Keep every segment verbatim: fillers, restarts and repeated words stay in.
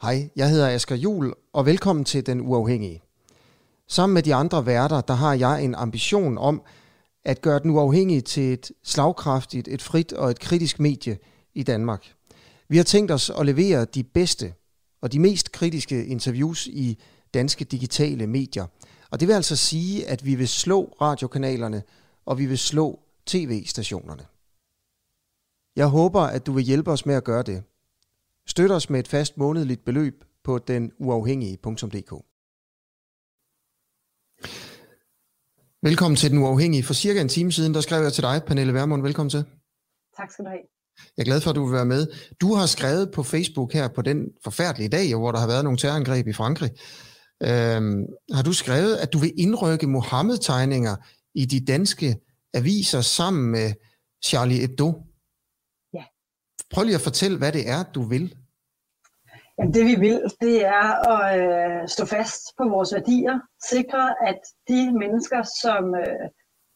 Hej, jeg hedder Asger Juhl, og velkommen til Den Uafhængige. Sammen med de andre værter, der har jeg en ambition om at gøre Den Uafhængige til et slagkraftigt, et frit og et kritisk medie i Danmark. Vi har tænkt os at levere de bedste og de mest kritiske interviews i danske digitale medier. Og det vil altså sige, at vi vil slå radiokanalerne, og vi vil slå tv-stationerne. Jeg håber, at du vil hjælpe os med at gøre det. Støt os med et fast månedligt beløb på den uafhængige punktum d k. Velkommen til Den Uafhængige. For cirka en time siden, der skrev jeg til dig, Pernille Vermund. Velkommen til. Tak skal du have. Jeg er glad for, at du vil være med. Du har skrevet på Facebook her på den forfærdelige dag, hvor der har været nogle terrorangreb i Frankrig. Øhm, har du skrevet, at du vil indrykke Mohammed-tegninger i de danske aviser sammen med Charlie Hebdo? Ja. Prøv lige at fortælle, hvad det er, du vil. Jamen, det vi vil, det er at øh, stå fast på vores værdier. Sikre, at de mennesker, som øh,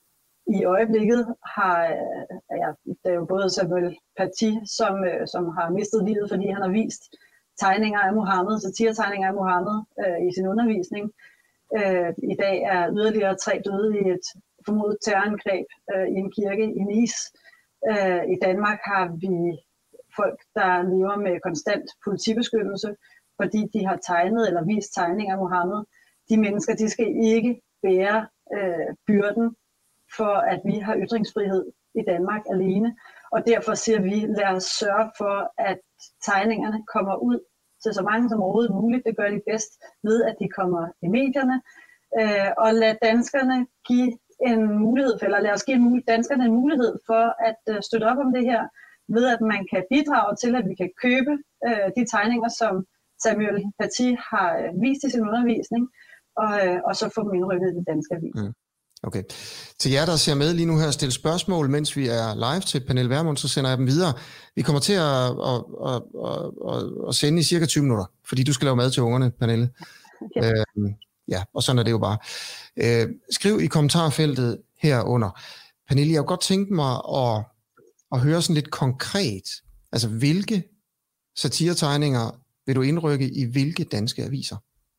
i øjeblikket har, øh, ja, det er jo både Samuel Paty, som, øh, som har mistet livet, fordi han har vist tegninger af Mohammed, satiretegninger af Mohammed øh, i sin undervisning. Øh, I dag er yderligere tre døde i et formodet terrorangreb øh, i en kirke i Nice. Øh, I Danmark har vi folk, der lever med konstant politibeskyttelse, fordi de har tegnet eller vist tegninger af Mohammed. De mennesker, de skal ikke bære øh, byrden for, at vi har ytringsfrihed i Danmark alene. Og derfor siger vi, lad os sørge for, at tegningerne kommer ud til så mange som overhovedet muligt. Det gør de bedst ved, at de kommer i medierne. Øh, og lad danskerne give en mulighed, eller lad os give danskerne en mulighed for at øh, støtte op om det her, ved at man kan bidrage til, at vi kan købe øh, de tegninger, som Samuel Paty har øh, vist i sin undervisning, og, øh, og så få dem indrykket i det danske avis. Mm. Okay. Til jer, der ser med lige nu her og stille spørgsmål, mens vi er live til Pernille Vermund, så sender jeg dem videre. Vi kommer til at, at, at, at, at sende i cirka tyve minutter, fordi du skal lave mad til ungerne, Pernille. Okay. Øh, ja, og sådan er det jo bare. Øh, skriv i kommentarfeltet herunder. Pernille, jeg kunne godt tænke mig at og høre sådan lidt konkret, altså hvilke satiretegninger vil du indrykke i hvilke danske aviser?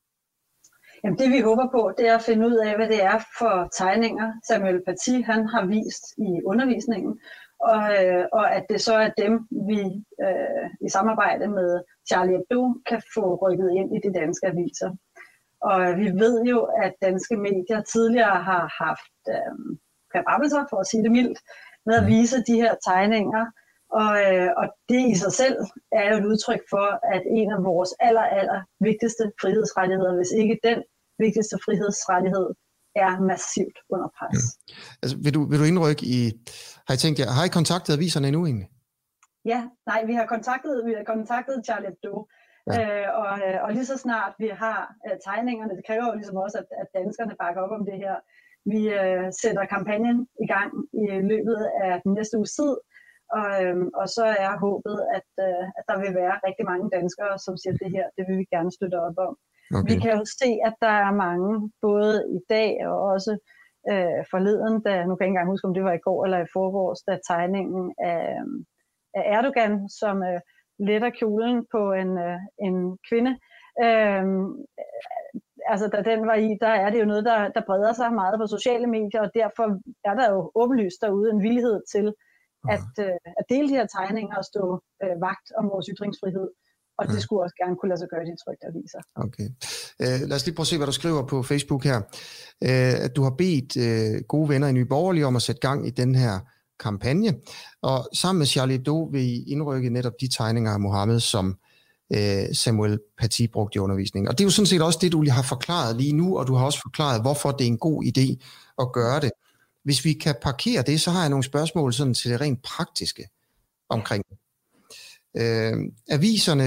Jamen det vi håber på, det er at finde ud af, hvad det er for tegninger, Samuel Paty han har vist i undervisningen, og, øh, og at det så er dem, vi øh, i samarbejde med Charlie Hebdo kan få rykket ind i de danske aviser. Og vi ved jo, at danske medier tidligere har haft øh, kapabelser, for at sige det mildt, med at vise de her tegninger, og, øh, og det i sig selv er jo et udtryk for, at en af vores aller, aller vigtigste frihedsrettigheder, hvis ikke den vigtigste frihedsrettighed, er massivt under pres. Mm. Altså, vil du, vil du indrykke i, har I tænkt jer, har I kontaktet aviserne endnu egentlig? Ja, nej, vi har kontaktet, vi har kontaktet Charlie Hebdo, ja. øh, og, og lige så snart vi har øh, tegningerne, det kræver jo ligesom også, at, at danskerne bakker op om det her. Vi øh, sætter kampagnen i gang i løbet af den næste uges tid, og, øh, og så er håbet, at, øh, at der vil være rigtig mange danskere, som siger, at det her, det vil vi gerne støtte op om. Okay. Vi kan jo se, at der er mange, både i dag og også øh, forleden, da, nu kan jeg ikke engang huske, om det var i går eller i forgårs, da tegningen af, af Erdogan, som øh, letter kjolen på en, øh, en kvinde, øh, altså da den var i, der er det jo noget, der, der breder sig meget på sociale medier, og derfor er der jo åbenlyst derude en villighed til at, øh, at dele de her tegninger og stå øh, vagt om vores ytringsfrihed, og det skulle også gerne kunne lade sig gøre i de trykte aviser. Okay. Øh, lad os lige prøve at se, hvad du skriver på Facebook her. Øh, at du har bedt øh, gode venner i Nye Borgerlige om at sætte gang i den her kampagne, og sammen med Charlie Hebdo vil I indrykke netop de tegninger af Mohammed, som Samuel Paty brugte i undervisningen. Og det er jo sådan set også det, du lige har forklaret lige nu, og du har også forklaret, hvorfor det er en god idé at gøre det. Hvis vi kan parkere det, så har jeg nogle spørgsmål sådan til det rent praktiske omkring det. Øh, aviserne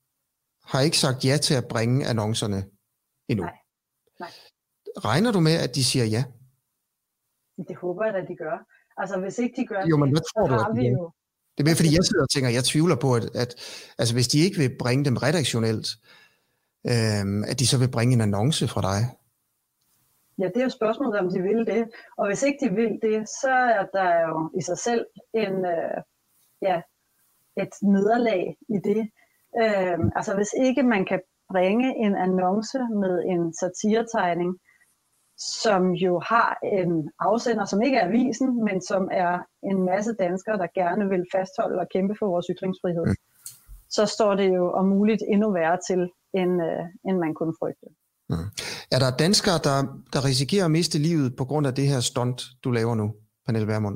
har ikke sagt ja til at bringe annoncerne endnu. Nej. Nej. Regner du med, at de siger ja? Det håber jeg, at de gør. Altså hvis ikke de gør jo, men det, tror så du, har vi jo... Det er mere, fordi jeg sidder og tænker, jeg tvivler på, at, at altså, hvis de ikke vil bringe dem redaktionelt, øhm, at de så vil bringe en annonce fra dig. Ja, det er jo spørgsmålet, om de vil det. Og hvis ikke de vil det, så er der jo i sig selv en, øh, ja, et nederlag i det. Øh, altså hvis ikke man kan bringe en annonce med en satiretegning, som jo har en afsender, som ikke er avisen, men som er en masse danskere, der gerne vil fastholde og kæmpe for vores ytringsfrihed, mm. så står det jo om muligt endnu værre til, end, øh, end man kunne frygte. Mm. Er der danskere, der, der risikerer at miste livet på grund af det her stunt, du laver nu, Pernille Vermund?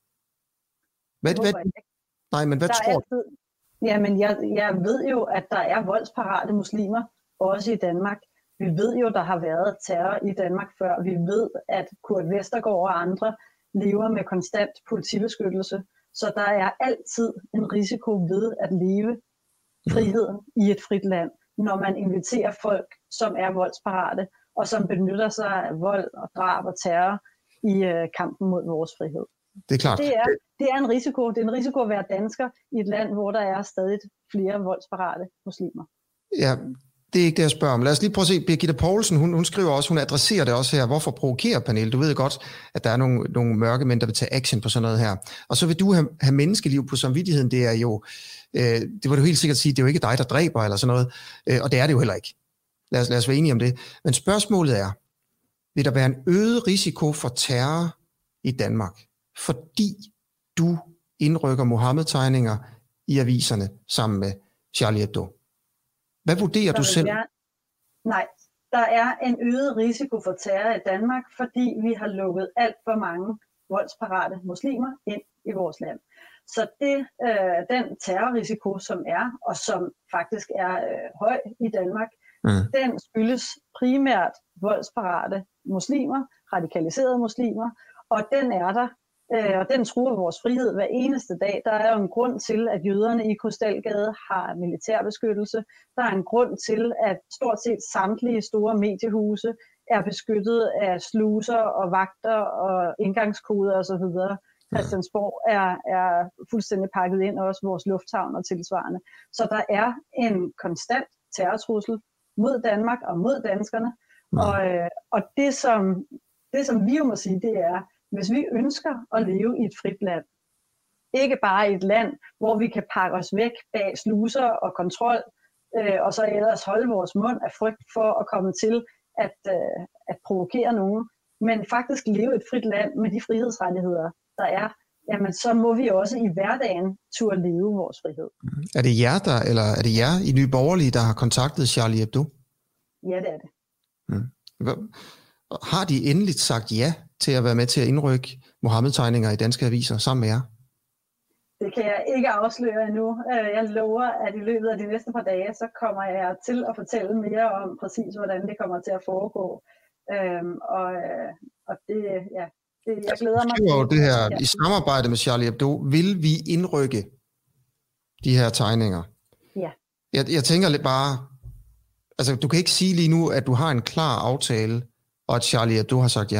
Hvad, hvad, nej, men hvad der tror du? Jamen, jeg, jeg ved jo, at der er voldsparate muslimer, også i Danmark. Vi ved jo, der har været terror i Danmark før. Vi ved, at Kurt Vestergaard og andre lever med konstant politibeskyttelse. Så der er altid en risiko ved at leve friheden i et frit land, når man inviterer folk, som er voldsparate, og som benytter sig af vold og drab og terror i øh, kampen mod vores frihed. Det er klart. Det er, det er en risiko. Det er en risiko at være dansker i et land, hvor der er stadig flere voldsparate muslimer. Ja, det er ikke det, jeg spørger om. Lad os lige prøve at se. Birgitte Poulsen, hun, hun skriver også, hun adresserer det også her. Hvorfor provokerer Pernille? Du ved godt, at der er nogle, nogle mørke mænd, der vil tage action på sådan noget her. Og så vil du have, have menneskeliv på samvittigheden. Det er jo, øh, det vil du helt sikkert sige, det er jo ikke dig, der dræber eller sådan noget. Øh, og det er det jo heller ikke. Lad os, lad os være enige om det. Men spørgsmålet er, vil der være en øget risiko for terror i Danmark, fordi du indrykker Mohammed-tegninger i aviserne sammen med Charlie Hebdo? Hvad vurderer du selv? Være... Nej, der er en øget risiko for terror i Danmark, fordi vi har lukket alt for mange voldsparate muslimer ind i vores land. Så det, øh, den terrorrisiko, som er, og som faktisk er øh, høj i Danmark, mm. den skyldes primært voldsparate muslimer, radikaliserede muslimer, og den er der, øh, og den truer vores frihed hver eneste dag. Der er jo en grund til, at jøderne i Krystalgade har militærbeskyttelse. Der er en grund til, at stort set samtlige store mediehuse er beskyttet af sluser og vagter og indgangskoder osv. Christiansborg er, er fuldstændig pakket ind, også vores lufthavn og tilsvarende. Så der er en konstant terrortrussel mod Danmark og mod danskerne. Og, øh, og det, som, det, som vi jo må sige, det er, hvis vi ønsker at leve i et frit land, ikke bare i et land, hvor vi kan pakke os væk bag sluser og kontrol, øh, og så ellers holde vores mund af frygt for at komme til at, øh, at provokere nogen, men faktisk leve i et frit land med de frihedsrettigheder, der er, jamen så må vi også i hverdagen turde leve vores frihed. Er det jer, der, eller er det jer i Nye Borgerlige, der har kontaktet Charlie Hebdo? Ja, det er det. Mm. Har de endeligt sagt ja til at være med til at indrykke Mohammed-tegninger i danske aviser sammen med jer? Det kan jeg ikke afsløre endnu. Jeg lover, at i løbet af de næste par dage, så kommer jeg til at fortælle mere om præcis, hvordan det kommer til at foregå. Øhm, og, og det, ja, det, jeg glæder mig til. Det her, ja. I samarbejde med Charlie Hebdo, vil vi indrykke de her tegninger? Ja. Jeg, jeg tænker lidt bare, altså du kan ikke sige lige nu, at du har en klar aftale, og at Charlie Hebdo har sagt ja.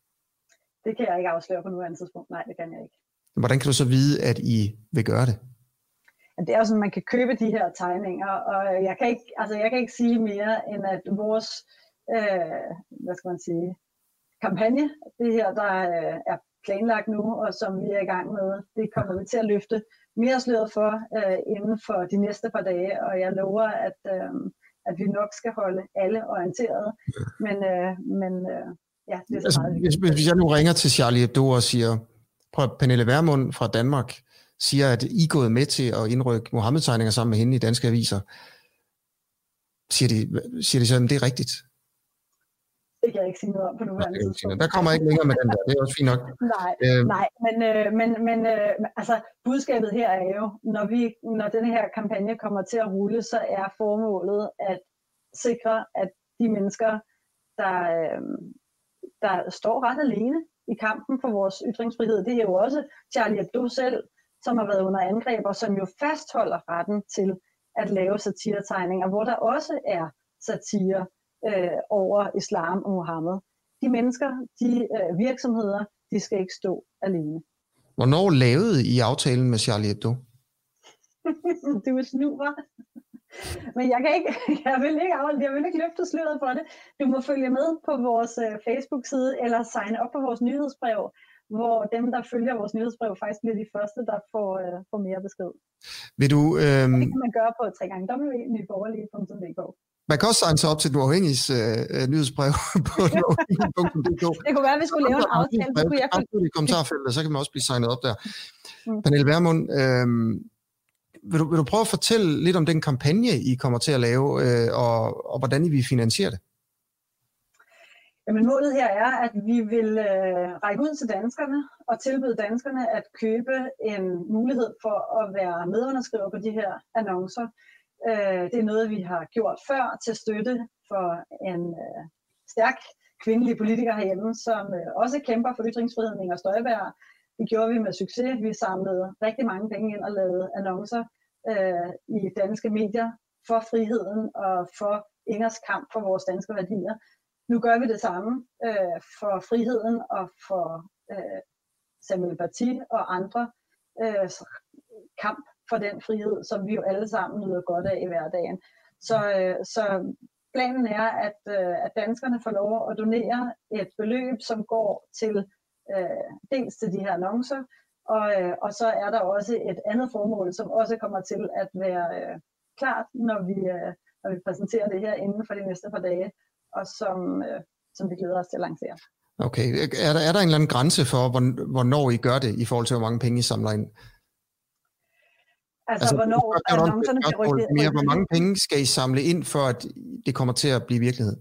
Det kan jeg ikke afsløre på nuværende tidspunkt. Nej, det kan jeg ikke. Hvordan kan du så vide, at I vil gøre det? Det er jo sådan, at man kan købe de her tegninger, og jeg kan ikke, altså jeg kan ikke sige mere, end at vores, øh, hvad skal man sige, kampagne, det her, der er planlagt nu, og som vi er i gang med, det kommer vi til at løfte mere sløret for øh, inden for de næste par dage, og jeg lover, at, øh, at vi nok skal holde alle orienteret, men, øh, men øh, ja, det er så altså, meget. Hvis, hvis jeg nu ringer til Charlie Hebdo og siger, prøv Pernille Vermund fra Danmark siger, at I er gået med til at indrykke Mohammed-tegninger sammen med hende i danske aviser. Siger de, siger de så, at det er rigtigt? Det kan jeg ikke sige noget om på nuværende tidspunkt. Der kommer ikke længere med den der, det er også fint nok. Nej, øh, nej men, øh, men, men øh, altså, budskabet her er jo, når, vi, når den her kampagne kommer til at rulle, så er formålet at sikre, at de mennesker, der, øh, der står ret alene i kampen for vores ytringsfrihed, det er jo også Charlie Hebdo selv, som har været under angreb, og som jo fastholder retten til at lave satiretegninger, hvor der også er satire øh, over islam og Mohammed. De mennesker, de øh, virksomheder, de skal ikke stå alene. Hvornår lavede I aftalen med Charlie Hebdo? Du er snuber. Men jeg kan ikke, jeg vil ikke afholde, jeg vil ikke løfte sløret for det. Du må følge med på vores uh, Facebook-side, eller signe op på vores nyhedsbrev, hvor dem, der følger vores nyhedsbrev, faktisk bliver de første, der får, øh, får mere besked. Vil du, øhm... Det kan man gøre på tre gange w punktum nye borgerlige punktum d k. Man kan også signe sig op til den uafhængige øh, nyhedsbrev på nye borgerlige punktum d k. Det kunne være, at vi skulle lave en aftale. Så kunne jeg kunne... I kommentarfeltet, så kan man også blive signet op der. Mm. Pernille Vermund, øh, vil, du, vil du prøve at fortælle lidt om den kampagne, I kommer til at lave, øh, og, og hvordan I vil finansiere det? Jamen, målet her er, at vi vil øh, række ud til danskerne og tilbyde danskerne at købe en mulighed for at være medunderskriver på de her annoncer. Øh, det er noget, vi har gjort før til støtte for en øh, stærk kvindelig politiker herhjemme, som øh, også kæmper for ytringsfriheden, Inger Støjberg. Det gjorde vi med succes. Vi samlede rigtig mange penge ind og lavede annoncer øh, i danske medier for friheden og for Ingers kamp for vores danske værdier. Nu gør vi det samme øh, for friheden og for øh, Samuel Paty og andre øh, kamp for den frihed, som vi jo alle sammen nyder godt af i hverdagen. Så, øh, så planen er, at, øh, at danskerne får lov at donere et beløb, som går til øh, dels til de her annoncer, og, øh, og så er der også et andet formål, som også kommer til at være øh, klart, når vi, øh, når vi præsenterer det her inden for de næste par dage, og som, øh, som vi glæder os til at lancere. Okay. Er der, er der en eller anden grænse for, hvornår I gør det, i forhold til, hvor mange penge I samler ind? Altså, altså hvornår annoncerne bliver rykket? Mere, hvor mange penge skal I samle ind, for at det kommer til at blive virkelighed?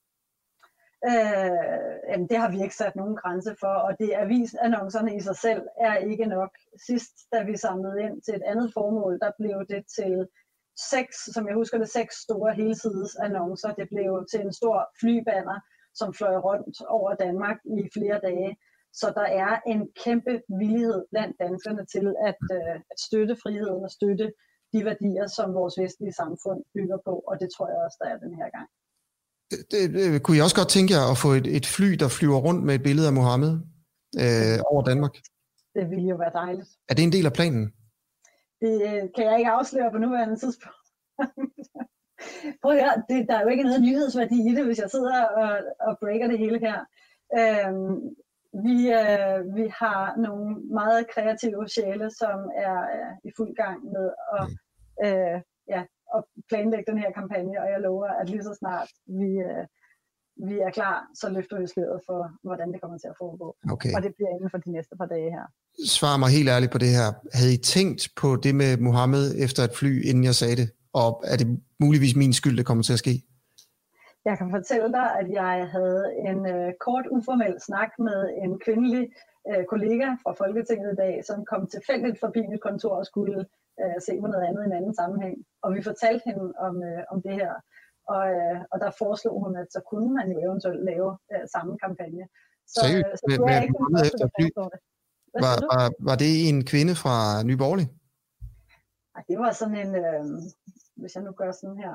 Øh, jamen, det har vi ikke sat nogen grænse for, og det avisannoncerne i sig selv er ikke nok. Sidst, da vi samlede ind til et andet formål, der blev det til seks, som jeg husker det, seks store helsides annoncer. Det blev til en stor flybanner, som fløj rundt over Danmark i flere dage. Så der er en kæmpe villighed blandt danskerne til at, øh, at støtte friheden og støtte de værdier, som vores vestlige samfund bygger på, og det tror jeg også, der er den her gang. Det, det, kunne I også godt tænke jer at få et, et fly, der flyver rundt med et billede af Mohammed øh, over Danmark? Det ville jo være dejligt. Er det en del af planen? Det øh, kan jeg ikke afsløre på nuværende tidspunkt. Prøv at høre, det, der er jo ikke noget nyhedsværdi i det, hvis jeg sidder og, og breaker det hele her. Øhm, vi, øh, vi har nogle meget kreative sjæle, som er øh, i fuld gang med at, øh, ja, at planlægge den her kampagne, og jeg lover, at lige så snart vi, øh, vi er klar, så løfter vi sløret for, hvordan det kommer til at foregå. Okay. Og det bliver inden for de næste par dage her. Svar mig helt ærligt på det her. Havde I tænkt på det med Mohammed efter et fly, inden jeg sagde det? Og er det muligvis min skyld, det kommer til at ske? Jeg kan fortælle dig, at jeg havde en øh, kort uformel snak med en kvindelig øh, kollega fra Folketinget i dag, som kom tilfældigt forbi mit kontor og skulle øh, se på noget andet i en anden sammenhæng. Og vi fortalte hende om, øh, om det her. Og, øh, og der foreslog hun, at så kunne man jo eventuelt lave øh, samme kampagne. Så, Seriøst? øh, så du er ikke den første, der foreslår det. Var, var, var det en kvinde fra Nye Borgerlige? Nej, det var sådan en, øh, hvis jeg nu gør sådan her.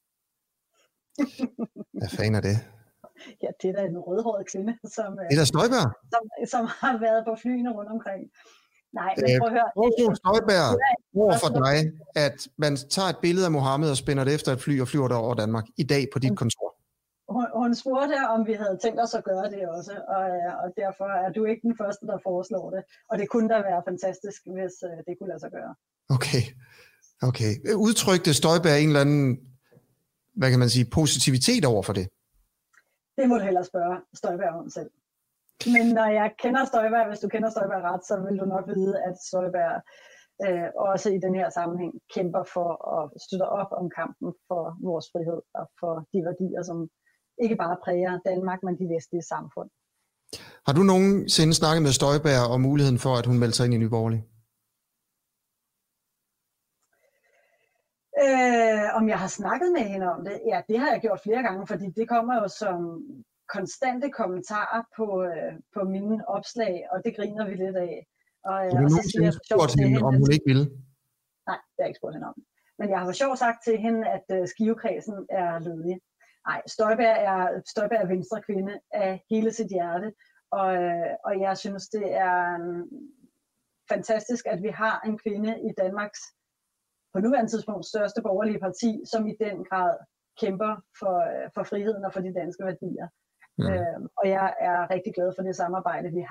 Hvad fanden er det? Ja, det er da en rødhåret kvinde, som, det er da Støjberg. Som, som har været på flyene rundt omkring. Nej, men prøv at høre. Hvor Støjberg over for dig, at man tager et billede af Mohammed og spænder det efter et fly og flyver der over Danmark i dag på dit kontor? Hun, hun spurgte, om vi havde tænkt os at gøre det også, og, og derfor er du ikke den første, der foreslår det. Og det kunne da være fantastisk, hvis uh, det kunne lade sig gøre. Okay. Okay. Udtrykte Støjberg en eller anden, hvad kan man sige, positivitet over for det? Det må du hellere spørge Støjberg om selv. Men når jeg kender Støjberg, hvis du kender Støjberg ret, så vil du nok vide, at Støjberg øh, også i den her sammenhæng kæmper for at støtte op om kampen for vores frihed og for de værdier, som ikke bare præger Danmark, men de vestlige samfund. Har du nogensinde snakket med Støjberg om muligheden for, at hun melder sig ind i Nye Borgerlige? Øh, om jeg har snakket med hende om det? Ja, det har jeg gjort flere gange, fordi det kommer jo som konstante kommentarer på, øh, på mine opslag, og det griner vi lidt af. Og, øh, og så siger jeg spurgt hende, hende, om hun ikke ville? Nej, det har jeg ikke spurgt hende om. Men jeg har for sjov sagt til hende, at øh, skivekredsen er ledig. Nej, Støjberg er, Støjberg er venstre kvinde af hele sit hjerte, og, øh, og jeg synes, det er øh, fantastisk, at vi har en kvinde i Danmarks på nuværende tidspunkt største borgerlige parti, som i den grad kæmper for, for friheden og for de danske værdier. Mm. Øh, og jeg er rigtig glad for det samarbejde, vi har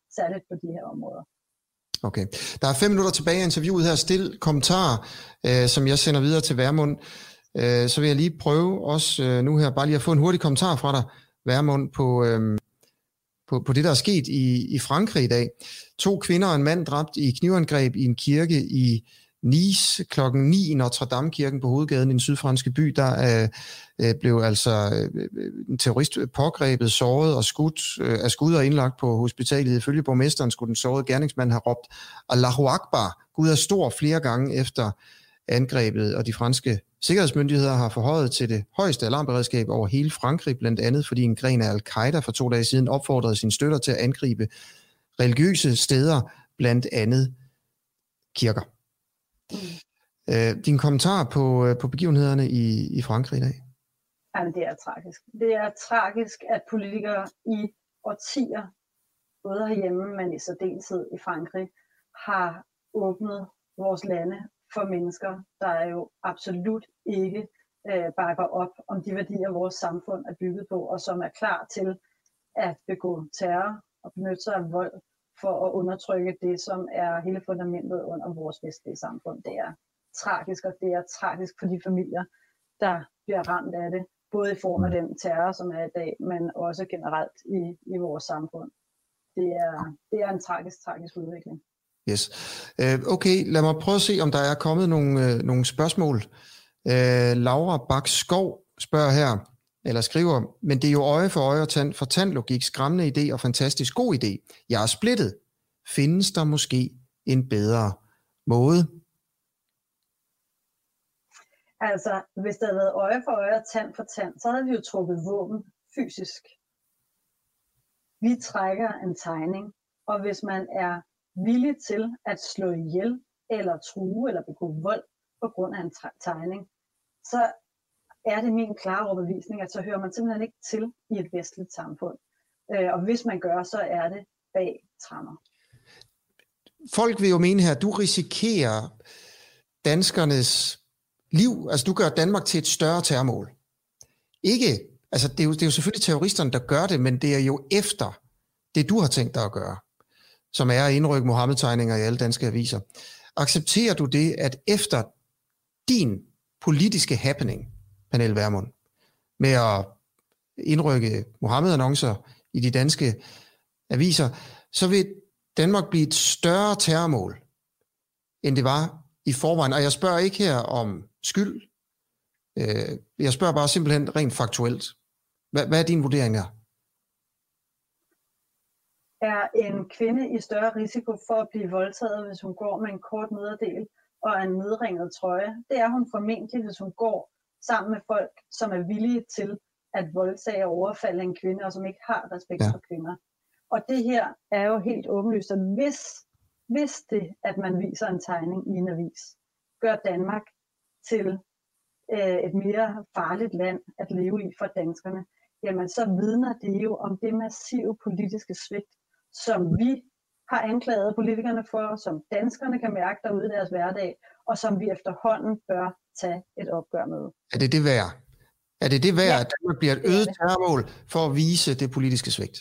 særligt på de her områder. Okay. Der er fem minutter tilbage i interviewet her. Stil kommentarer, øh, som jeg sender videre til Vermund. Øh, så vil jeg lige prøve også øh, nu her, bare lige at få en hurtig kommentar fra dig, Vermund, på, øh, på, på det, der er sket i, i Frankrig i dag. To kvinder og en mand dræbt i knivangreb i en kirke i Nice klokken ni i Notre Dame-kirken på hovedgaden i den sydfranske by. Der øh, blev altså øh, en terrorist pågrebet, såret og skudt øh, af skud og indlagt på hospitalet. Ifølge borgmesteren skulle den sårede gerningsmand have råbt Allahu Akbar, Gud er stor, flere gange efter angrebet, og de franske sikkerhedsmyndigheder har forhøjet til det højeste alarmberedskab over hele Frankrig, blandt andet fordi en gren af Al-Qaida for to dage siden opfordrede sine støtter til at angribe religiøse steder, blandt andet kirker. Mm. Øh, din kommentar på, på begivenhederne i, i Frankrig i dag? Jamen, det er tragisk. Det er tragisk, at politikere i årtier, både herhjemme, men i særdeleshed i Frankrig, har åbnet vores lande for mennesker, der jo absolut ikke øh, bakker op om de værdier, vores samfund er bygget på, og som er klar til at begå terror og benytte sig af vold for at undertrykke det, som er hele fundamentet under vores vestlige samfund. Det er tragisk, og det er tragisk for de familier, der bliver ramt af det, både i form af den terror, som er i dag, men også generelt i, i vores samfund. Det er, det er en tragisk, tragisk udvikling. Yes. Okay, lad mig prøve at se, om der er kommet nogle, nogle spørgsmål. Laura Bak-Skov spørger her, eller skriver, men det er jo øje for øje og tand for tandlogik, skræmmende idé og fantastisk god idé. Jeg er splittet. Findes der måske en bedre måde? Altså, hvis der havde været øje for øje og tand for tand, så havde vi jo trukket våben fysisk. Vi trækker en tegning, og hvis man er villig til at slå ihjel, eller true, eller begå vold på grund af en tegning, så er det min klare overbevisning, at så hører man simpelthen ikke til i et vestligt samfund. Og hvis man gør, så er det bag tremmer. Folk vil jo mene her, at du risikerer danskernes liv, altså du gør Danmark til et større terrormål. Ikke, altså det er, jo, det er jo selvfølgelig terroristerne, der gør det, men det er jo efter det, du har tænkt dig at gøre, som er at indrykke Mohammed-tegninger i alle danske aviser. Accepterer du det, at efter din politiske happening, Pernille Vermund, med at indrykke Mohammed-annoncer i de danske aviser, så vil Danmark blive et større terrormål, end det var i forvejen. Og jeg spørger ikke her om skyld. Jeg spørger bare simpelthen rent faktuelt. Hvad, hvad er din vurdering her? Er en kvinde i større risiko for at blive voldtaget, hvis hun går med en kort nederdel og en nedringet trøje? Det er hun formentlig, hvis hun går sammen med folk, som er villige til at voldtage og overfalde en kvinde, og som ikke har respekt ja. for kvinder. Og det her er jo helt åbenlyst, at hvis, hvis det, at man viser en tegning i en avis, gør Danmark til øh, et mere farligt land at leve i for danskerne, jamen så vidner det jo om det massive politiske svigt, som vi har anklaget politikerne for, som danskerne kan mærke derude i deres hverdag, og som vi efterhånden bør tage et opgør med. Er det det værd? Er det det værd, ja, at Danmark bliver et øget terrormål for at vise det politiske svigt?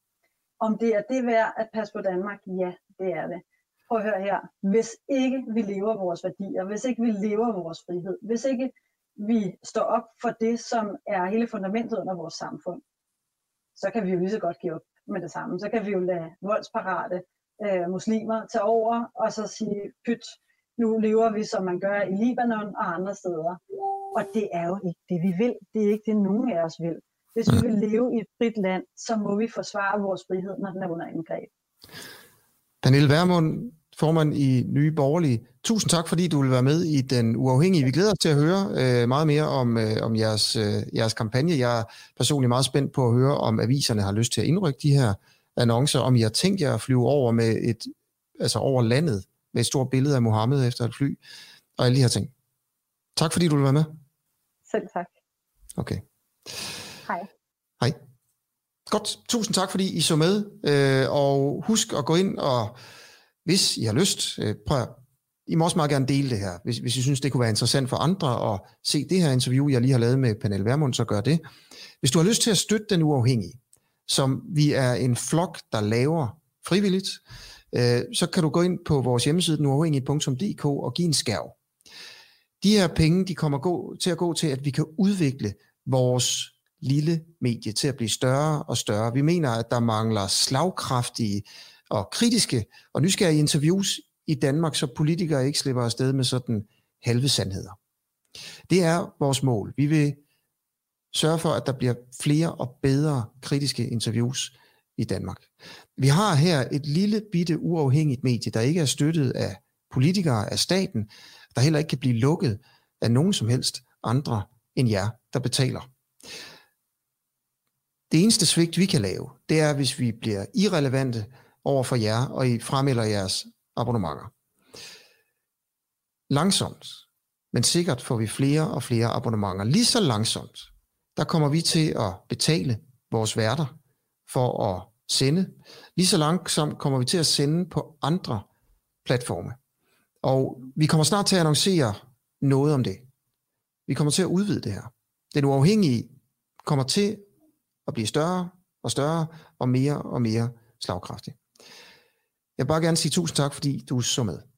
Om det er det værd at passe på Danmark? Ja, det er det. Prøv at høre her. Hvis ikke vi lever vores værdier, hvis ikke vi lever vores frihed, hvis ikke vi står op for det, som er hele fundamentet under vores samfund, så kan vi jo lige så godt give op med det samme. Så kan vi jo lade voldsparate øh, muslimer tage over, og så sige, pyt, nu lever vi, som man gør i Libanon og andre steder. Og det er jo ikke det, vi vil. Det er ikke det, nogen af os vil. Hvis vi vil leve i et frit land, så må vi forsvare vores frihed, når den er under angreb. Pernille Vermund, formand i Nye Borgerlige. Tusind tak, fordi du vil være med i Den Uafhængige. Vi glæder os til at høre øh, meget mere om, øh, om jeres, øh, jeres kampagne. Jeg er personligt meget spændt på at høre, om aviserne har lyst til at indrykke de her annoncer, om I har tænkt jer at flyve over med et, altså over landet med et stort billede af Mohammed efter et fly, og alle de her ting. Tak, fordi du vil være med. Selv tak. Okay. Hej. Hej. Godt, tusind tak, fordi I så med, øh, og husk at gå ind, og hvis I har lyst, øh, prøv at, I må også meget gerne dele det her, hvis, hvis I synes, det kunne være interessant for andre at se det her interview, jeg lige har lavet med Pernille Vermund, så gør det. Hvis du har lyst til at støtte Den Uafhængige, som vi er en flok, der laver frivilligt, øh, så kan du gå ind på vores hjemmeside den uafhængige punktum d k og give en skærv. De her penge, de kommer gå, til at gå til, at vi kan udvikle vores lille medie til at blive større og større. Vi mener, at der mangler slagkraftige og kritiske og nysgerrige interviews i Danmark, så politikere ikke slipper afsted med sådan halve sandheder. Det er vores mål. Vi vil sørge for, at der bliver flere og bedre kritiske interviews i Danmark. Vi har her et lille bitte uafhængigt medie, der ikke er støttet af politikere, af staten, der heller ikke kan blive lukket af nogen som helst andre end jer, der betaler. Det eneste svigt, vi kan lave, det er, hvis vi bliver irrelevante over for jer, og I fremmelder jeres abonnementer. Langsomt, men sikkert får vi flere og flere abonnementer. Lige så langsomt, der kommer vi til at betale vores værter for at sende. Lige så langsomt kommer vi til at sende på andre platforme. Og vi kommer snart til at annoncere noget om det. Vi kommer til at udvide det her. Den uafhængige kommer til at blive større og større og mere og mere slagkraftig. Jeg vil bare gerne sige tusind tak, fordi du så med.